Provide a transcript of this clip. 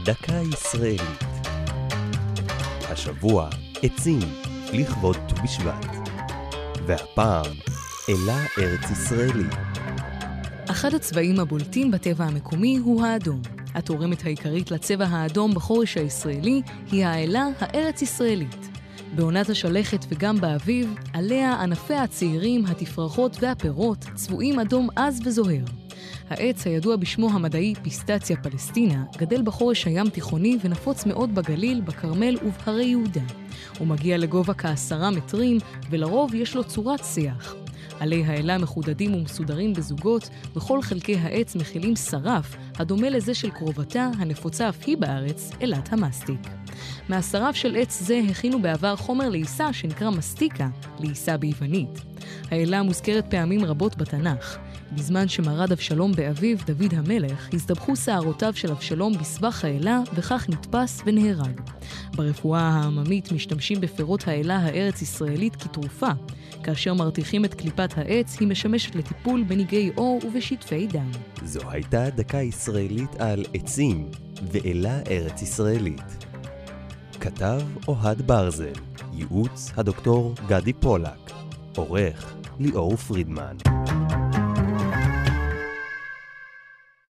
דקה ישראלית. השבוע עצים לכבוד ט"ו בשבט. והפעם אלה ארץ ישראלית. אחד הצבעים הבולטים בטבע המקומי הוא האדום. התורמת העיקרית לצבע האדום בחורש הישראלי היא האלה הארץ ישראלית. בעונת השלכת וגם באביב, עליה ענפי הצעירים, התפרחות והפירות צבועים אדום עז וזוהר. העץ הידוע בשמו המדעי פיסטציה פלסטינה גדל בחורש הים תיכוני ונפוץ מאוד בגליל, בכרמל ובהרי יהודה. הוא מגיע לגובה כ10 מטרים ולרוב יש לו צורת שיח. עלי האלה מחודדים ומסודרים בזוגות, וכל חלקי העץ מכילים שרף הדומה לזה של קרובתה הנפוצה אף היא בארץ, אלת המסטיק. מהשרף של עץ זה הכינו בעבר חומר לעיסה שנקרא מסטיקה, לעיסה ביוונית. האלה מוזכרת פעמים רבות בתנ"ך. בזמן שמרד אבשלום באביו, דוד המלך, הזדבחו שערותיו של אבשלום בסבך האלה, וכך נתפס ונהרג. ברפואה העממית משתמשים בפירות האלה הארץ ישראלית כתרופה. כאשר מרתיחים את קליפת העץ, היא משמשת לטיפול בניגי עור ובשטפי דם. זו הייתה דקה ישראלית על עצים ואלה ארץ ישראלית. כתב אוהד ברזל, ייעוץ הדוקטור גדי פולק, עורך ליאור פרידמן.